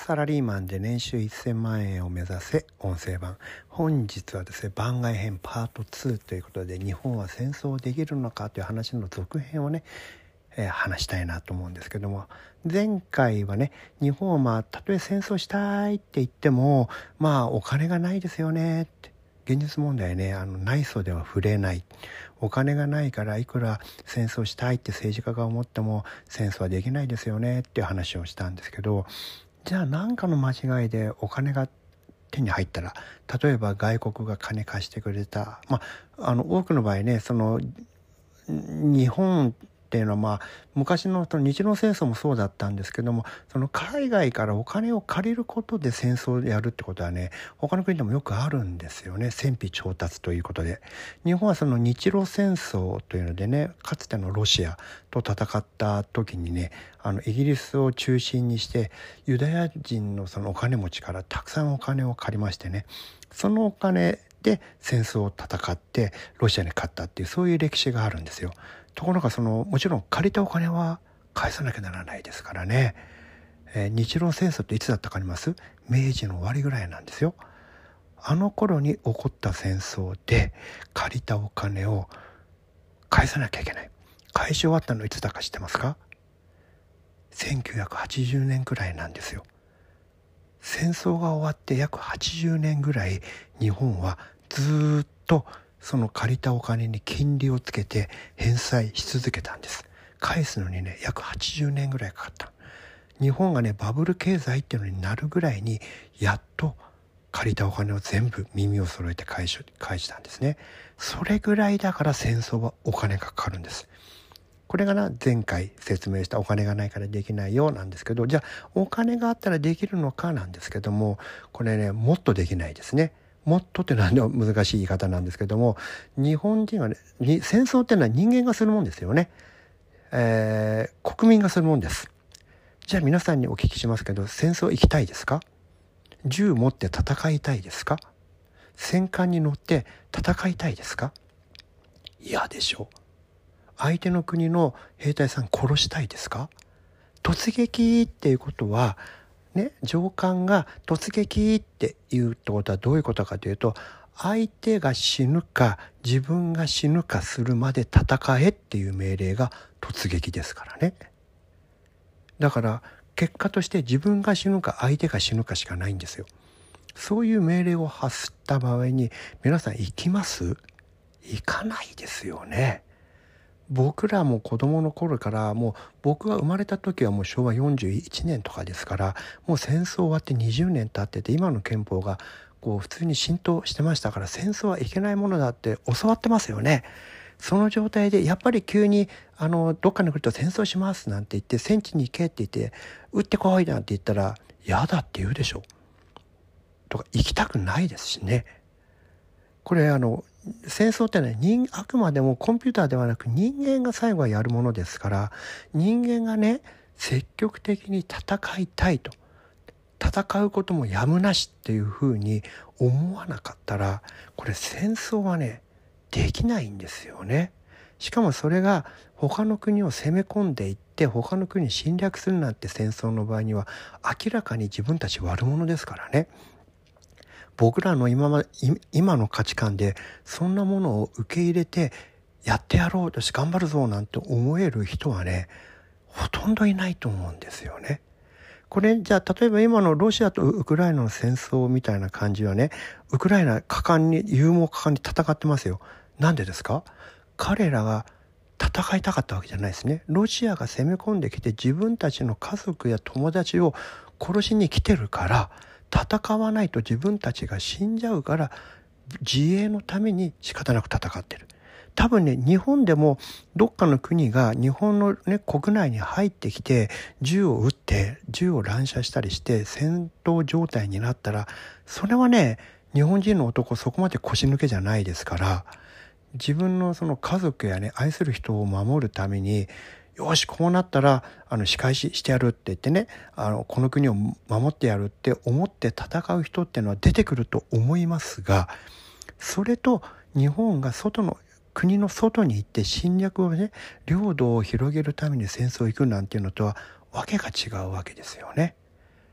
サラリーマンで年収1000万円を目指せ音声版。本日はですね、番外編パート2ということで、日本は戦争できるのかという話の続編をね、話したいなと思うんですけども、前回はね、日本はたとえ戦争したいって言ってもお金がないですよねって、現実問題ね、内装では触れない、お金がないからいくら戦争したいって政治家が思っても戦争はできないですよねっていう話をしたんですけど、じゃあ何かの間違いでお金が手に入ったら、例えば外国が金貸してくれた、多くの場合ね、日本っていうのは昔の日露戦争もそうだったんですけども、その海外からお金を借りることで戦争をやるってことはね、他の国でもよくあるんですよね。戦費調達ということで、日本はその日露戦争というのでね、かつてのロシアと戦った時にね、イギリスを中心にしてユダヤ人のそのお金持ちからたくさんお金を借りましてね、そのお金で戦争を戦ってロシアに勝ったっていう、そういう歴史があるんですよ。ところがもちろん借りたお金は返さなきゃならないですからね。日露戦争っていつだったかあります？明治の終わりぐらいなんですよ。あの頃に起こった戦争で借りたお金を返さなきゃいけない。返し終わったのいつだか知ってますか？1980年くらいなんですよ。戦争が終わって約80年ぐらい、日本はずっとその借りたお金に金利をつけて返済し続けたんです。返すのにね、約80年ぐらいかかった。日本がね、バブル経済っていうのになるぐらいに、やっと借りたお金を全部耳を揃えて返したんですね。それぐらいだから戦争はお金がかかるんです。これが前回説明したお金がないからできないよなんですけど、じゃあお金があったらできるのかなんですけども、これね、もっとできないですね。もっとっていうのは難しい言い方なんですけども、日本人はね、戦争っていうのは人間がするもんですよね。国民がするもんです。じゃあ皆さんにお聞きしますけど、戦争行きたいですか？銃持って戦いたいですか？戦艦に乗って戦いたいですか？嫌でしょう。相手の国の兵隊さん殺したいですか？突撃っていうことはね、上官が突撃って言うってことはどういうことかというと、相手が死ぬか自分が死ぬかするまで戦えっていう命令が突撃ですからね。だから結果として自分が死ぬか相手が死ぬかしかないんですよ。そういう命令を発した場合に皆さん行きます？行かないですよね。僕らも子供の頃から、もう僕が生まれた時はもう昭和41年とかですから、もう戦争終わって20年経ってて、今の憲法が普通に浸透してましたから、戦争はいけないものだって教わってますよね。その状態でやっぱり急にどっかに来ると戦争しますなんて言って、戦地に行けって言って撃ってこいなんて言ったら嫌だって言うでしょとか、行きたくないですしね。これ戦争ってね、あくまでもコンピューターではなく人間が最後はやるものですから、人間がね、積極的に戦いたいと、戦うこともやむなしっていうふうに思わなかったら、これ戦争はね、できないんですよね。しかもそれが他の国を攻め込んでいって他の国に侵略するなんて戦争の場合には明らかに自分たち悪者ですからね。僕らの今の価値観でそんなものを受け入れてやってやろうとし頑張るぞなんて思える人はね、ほとんどいないと思うんですよね。これじゃあ例えば今のロシアとウクライナの戦争みたいな感じはね、ウクライナ勇猛果敢に戦ってますよ。なんでですか？彼らが戦いたかったわけじゃないですね。ロシアが攻め込んできて自分たちの家族や友達を殺しに来てるから、戦わないと自分たちが死んじゃうから、自衛のために仕方なく戦ってる。多分ね、日本でもどっかの国が日本のね、国内に入ってきて銃を撃って銃を乱射したりして戦闘状態になったら、それはね、日本人の男そこまで腰抜けじゃないですから、自分のその家族やね、愛する人を守るために、よしこうなったら仕返ししてやるって言ってね、この国を守ってやるって思って戦う人っていうのは出てくると思いますが、それと日本が国の外に行って侵略をね、領土を広げるために戦争行くなんていうのとはわけが違うわけですよね。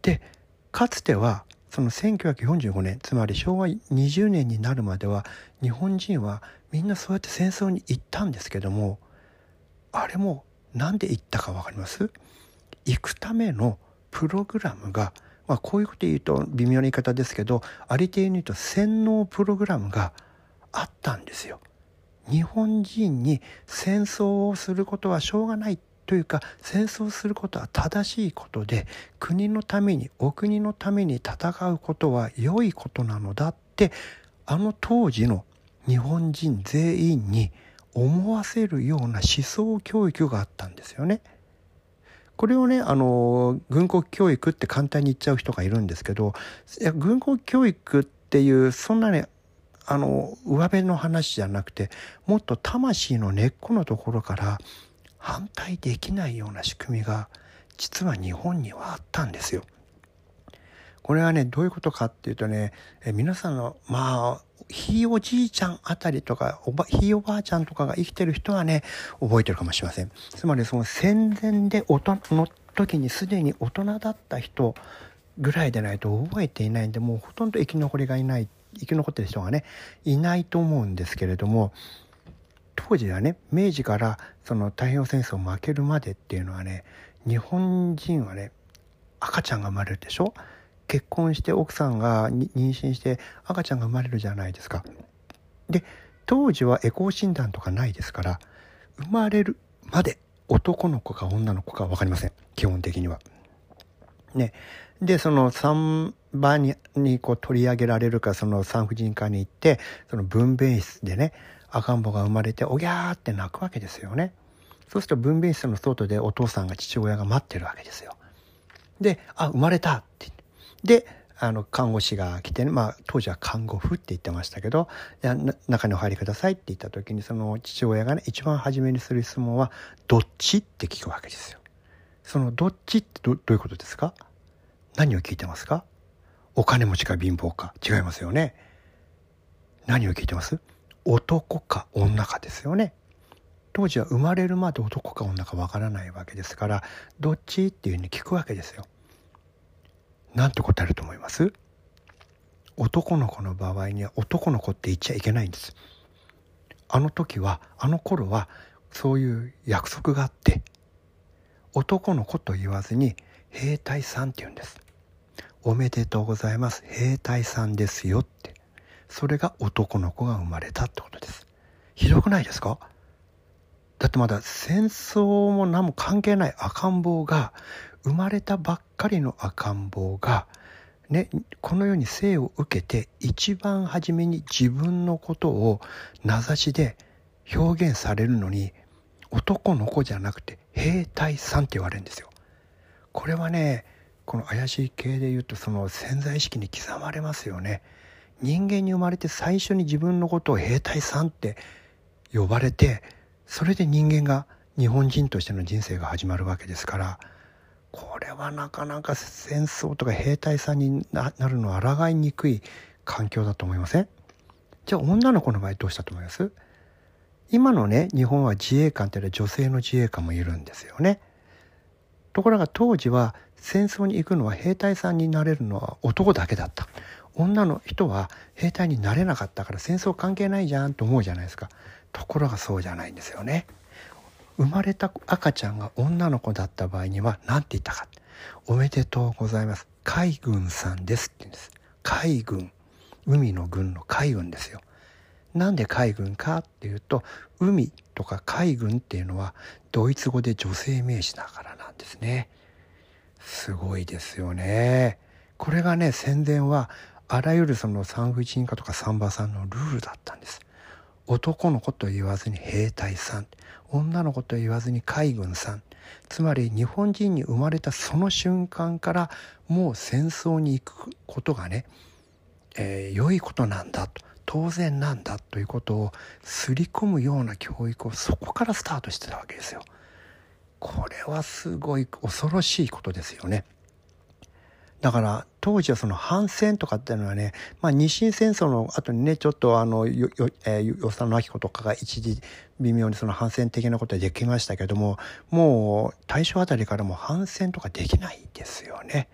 でかつてはその1945年つまり昭和20年になるまでは日本人はみんなそうやって戦争に行ったんですけども、あれもなんで行ったか分かります？行くためのプログラムが、こういうこと言うと微妙な言い方ですけど、ありていに言うと洗脳プログラムがあったんですよ。日本人に戦争をすることはしょうがないというか、戦争することは正しいことで、国のためにお国のために戦うことは良いことなのだって、あの当時の日本人全員に思わせるような思想教育があったんですよね。これをね、軍国教育って簡単に言っちゃう人がいるんですけど、軍国教育っていうそんなね上辺の話じゃなくて、もっと魂の根っこのところから反対できないような仕組みが実は日本にはあったんですよ。これはねどういうことかっていうとね、皆さんのひいおじいちゃんあたりとかひいおばあちゃんとかが生きてる人はね覚えてるかもしれません。つまりその戦前で大人の時にすでに大人だった人ぐらいでないと覚えていないんで、もうほとんど生き残ってる人がねいないと思うんですけれども、当時はね明治からその太平洋戦争負けるまでっていうのはね、日本人はね赤ちゃんが生まれるでしょ。結婚して奥さんが妊娠して赤ちゃんが生まれるじゃないですか。で当時はエコー診断とかないですから、生まれるまで男の子か女の子か分かりません、基本的にはね。でその産場にこう取り上げられるか、その産婦人科に行ってその分娩室でね赤ん坊が生まれておぎゃーって泣くわけですよね。そうすると分娩室の外でお父さんが父親が待ってるわけですよ。で生まれたって言って、で看護師が来てね、当時は看護婦って言ってましたけど、中にお入りくださいって言った時に、その父親がね一番初めにする質問はどっちって聞くわけですよ。そのどっちってどういうことですか？何を聞いてますか？お金持ちか貧乏か？違いますよね。何を聞いてます？男か女かですよね。当時は生まれるまで男か女かわからないわけですから、どっちっていうふうに聞くわけですよ。なんて答えると思います？男の子の場合には男の子って言っちゃいけないんです。あの頃はそういう約束があって、男の子と言わずに兵隊さんって言うんです。おめでとうございます、兵隊さんですよって。それが男の子が生まれたってことです。ひどくないですか？だってまだ戦争も何も関係ない赤ん坊が、生まれたばっかりの赤ん坊がね、この世に生を受けて一番初めに自分のことを名指しで表現されるのに、男の子じゃなくて兵隊さんって言われるんですよ。これはね、この怪しい系で言うとその潜在意識に刻まれますよね。人間に生まれて最初に自分のことを兵隊さんって呼ばれて、それで人間が日本人としての人生が始まるわけですから、これはなかなか戦争とか兵隊さんになるのは抗いにくい環境だと思いません？じゃあ女の子の場合どうしたと思います？今のね日本は自衛官っていうのは女性の自衛官もいるんですよね。ところが当時は戦争に行くのは兵隊さんになれるのは男だけだった。女の人は兵隊になれなかったから戦争関係ないじゃんと思うじゃないですか。ところがそうじゃないんですよね。生まれた赤ちゃんが女の子だった場合には何て言ったか。おめでとうございます、海軍さんですって言うんです。海軍、海の軍の海軍ですよ。なんで海軍かっていうと、海とか海軍っていうのはドイツ語で女性名詞だからなんですね。すごいですよね。これがね戦前はあらゆるその産婦人科とか産婆さんのルールだったんです。男の子と言わずに兵隊さん、女の子と言わずに海軍さん。つまり日本人に生まれたその瞬間からもう戦争に行くことがね、良いことなんだと、当然なんだということを刷り込むような教育をそこからスタートしてたわけですよ。これはすごい恐ろしいことですよね。だから当時はその反戦とかっていうのはね、日清戦争の後にねちょっと与謝野晶子とかが一時微妙にその反戦的なことができましたけども、もう大正あたりからもう反戦とかできないですよね。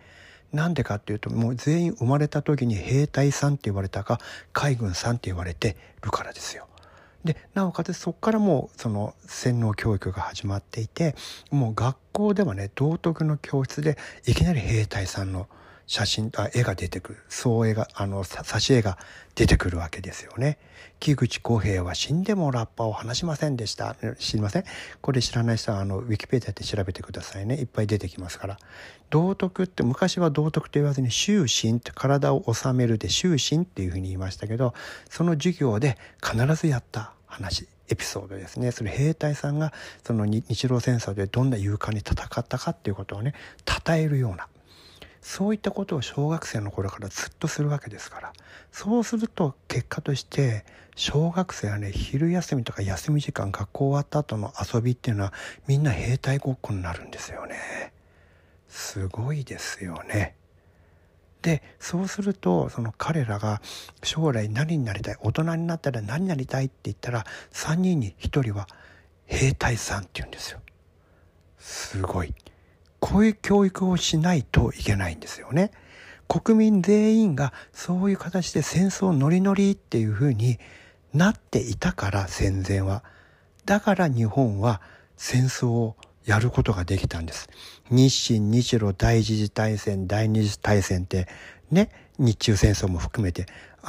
なんでかっていうと、もう全員生まれた時に兵隊さんって言われたか海軍さんって言われてるからですよ。でなおかつそこからもうその洗脳教育が始まっていて、もう学校ではね、道徳の教室でいきなり兵隊さんの写真絵が出てくる、挿絵が挿絵が出てくるわけですよね。木口浩平は死んでもラッパを話しませんでした。知りません？これ知らない人はウィキペディアで調べてくださいね。いっぱい出てきますから。道徳って昔は道徳と言わずに修身って体を治めるで修身っていうふうに言いましたけど、その授業で必ずやった話エピソードですね。それ兵隊さんがその日露戦争でどんな勇敢に戦ったかっていうことをね称えるような、そういったことを小学生の頃からずっとするわけですから、そうすると結果として小学生はね、昼休みとか休み時間、学校終わった後の遊びっていうのはみんな兵隊ごっこになるんですよね。すごいですよね。でそうするとその彼らが将来何になりたい、大人になったら何になりたいって言ったら、3人に1人は兵隊さんって言うんですよ。すごい。こういう教育をしないといけないんですよね。国民全員がそういう形で戦争ノリノリっていう風になっていたから、戦前は。だから日本は戦争をやることができたんです。日清日露第一次大戦第二次大戦ってね、日中戦争も含めて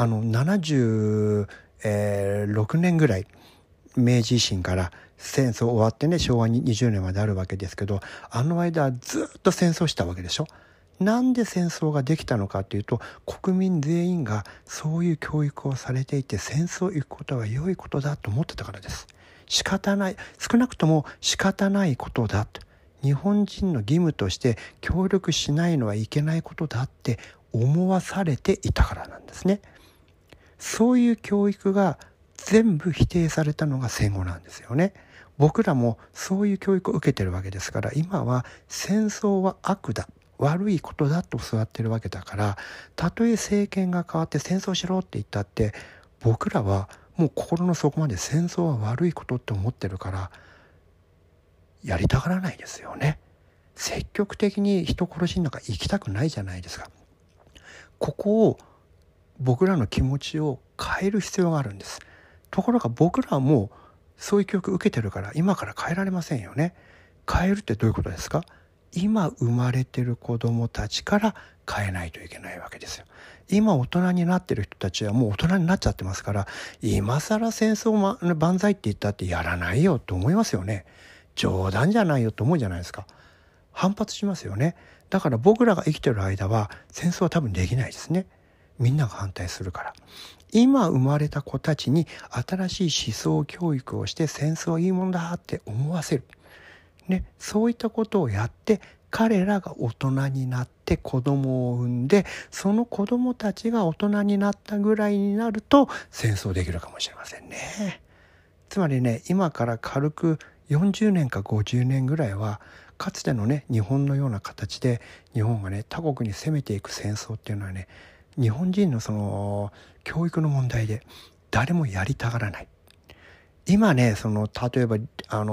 76年ぐらい、明治維新から戦争終わってね、昭和20年まであるわけですけど、あの間ずっと戦争したわけでしょ。なんで戦争ができたのかっていうと、国民全員がそういう教育をされていて、戦争行くことは良いことだと思ってたからです。仕方ない、少なくとも仕方ないことだと、日本人の義務として協力しないのはいけないことだって思わされていたからなんですね。そういう教育が全部否定されたのが戦後なんですよね。僕らもそういう教育を受けてるわけですから、今は戦争は悪だ、悪いことだと教わってるわけだから、たとえ政権が変わって戦争しろって言ったって、僕らはもう心の底まで戦争は悪いことって思ってるから、やりたがらないですよね。積極的に人殺しなんか行きたくないじゃないですか。ここを僕らの気持ちを変える必要があるんです。ところが僕らはもうそういう教育受けてるから今から変えられませんよね。変えるってどういうことですか？今生まれてる子どもたちから変えないといけないわけですよ。今大人になってる人たちはもう大人になっちゃってますから、今更戦争万歳って言ったってやらないよと思いますよね。冗談じゃないよと思うじゃないですか。反発しますよね。だから僕らが生きてる間は戦争は多分できないですね。みんなが反対するから。今生まれた子たちに新しい思想教育をして戦争はいいもんだって思わせる。ね、そういったことをやって彼らが大人になって子供を産んで、その子供たちが大人になったぐらいになると戦争できるかもしれませんね。つまりね、今から軽く40年か50年ぐらいはかつてのね日本のような形で日本がね他国に攻めていく戦争っていうのはね、日本人のその教育の問題で誰もやりたがらない。今ね、その例えば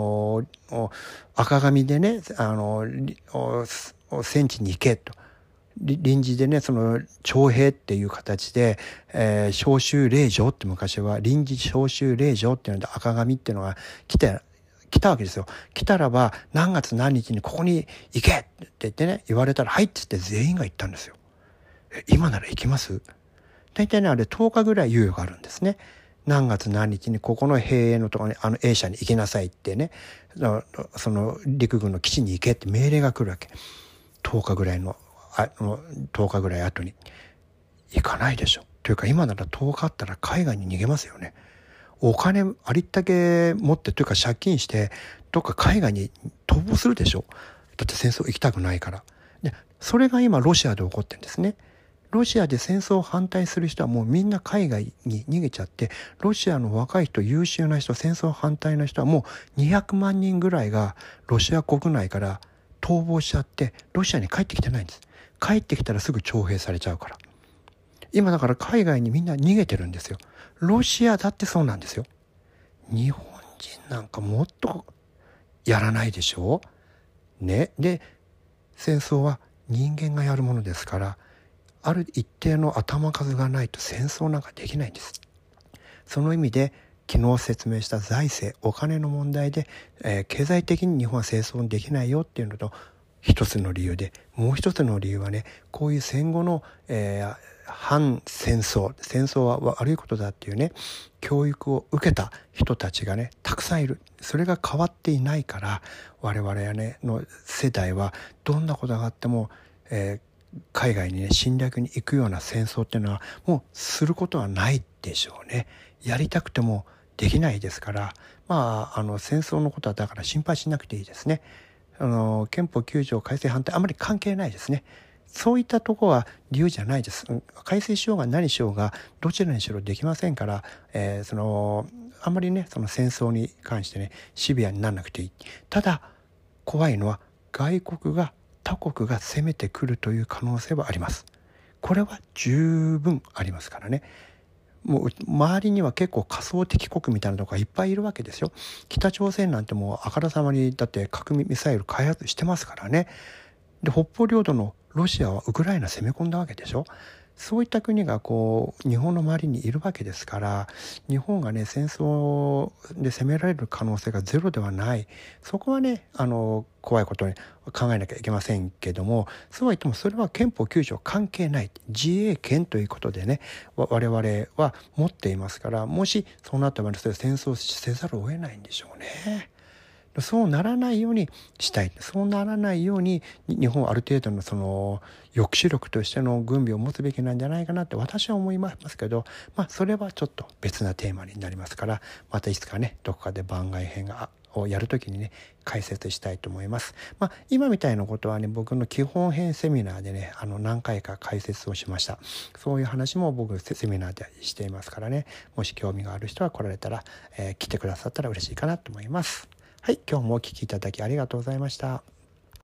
赤紙でね戦地に行けと臨時でね、その徴兵っていう形で、召集令状って昔は臨時召集令状っていうので赤紙っていうのが来たわけですよ。来たらば何月何日にここに行けって言ってね、言われたらはいって言って全員が行ったんですよ。今なら行きます？大体ねあれ10日ぐらい猶予があるんですね。何月何日にここの兵営のところにA社に行きなさいってね、その陸軍の基地に行けって命令が来るわけ。10日ぐらい後に行かないでしょ。というか今なら10日あったら海外に逃げますよね。お金ありったけ持ってというか借金してどっか海外に逃亡するでしょ。だって戦争行きたくないから。でそれが今ロシアで起こってるんですね。ロシアで戦争を反対する人はもうみんな海外に逃げちゃって、ロシアの若い人、優秀な人、戦争反対の人はもう200万人ぐらいがロシア国内から逃亡しちゃってロシアに帰ってきてないんです。帰ってきたらすぐ徴兵されちゃうから。今だから海外にみんな逃げてるんですよ。ロシアだってそうなんですよ。日本人なんかもっとやらないでしょうね。で戦争は人間がやるものですから、ある一定の頭数がないと戦争なんかできないんです。その意味で昨日説明した財政お金の問題で、経済的に日本は戦争できないよっていうのと一つの理由で、もう一つの理由はね、こういう戦後の、反戦争は悪いことだっていうね教育を受けた人たちがねたくさんいる。それが変わっていないから、我々はねの世代はどんなことがあっても、海外にね侵略に行くような戦争っていうのはもうすることはないでしょうね。やりたくてもできないですから、戦争のことはだから心配しなくていいですね。憲法9条改正反対あまり関係ないですね。そういったところは理由じゃないです。改正しようが何しようがどちらにしろできませんから、あんまりねその戦争に関してねシビアにならなくていい。ただ怖いのは外国が他国が攻めてくるという可能性はあります。これは十分ありますからね。もう周りには結構仮想敵国みたいなとこがいっぱいいるわけですよ。北朝鮮なんてもうあからさまにだって核ミサイル開発してますからね。で北方領土のロシアはウクライナ攻め込んだわけでしょ。そういった国がこう日本の周りにいるわけですから、日本がね戦争で攻められる可能性がゼロではない。そこはね怖いことに考えなきゃいけませんけども、そうは言ってもそれは憲法9条関係ない自衛権ということでね我々は持っていますから、もしそうなった場合にそれは戦争せざるを得ないんでしょうね。そうならないようにしたい。そうならないように日本はある程度のその抑止力としての軍備を持つべきなんじゃないかなって私は思いますけど、それはちょっと別なテーマになりますから、またいつかねどこかで番外編をやるときにね解説したいと思います。今みたいなことはね僕の基本編セミナーでね何回か解説をしました。そういう話も僕セミナーでしていますからね、もし興味がある人は来られたら、来てくださったら嬉しいかなと思います。はい、今日もお聞きいただきありがとうございました。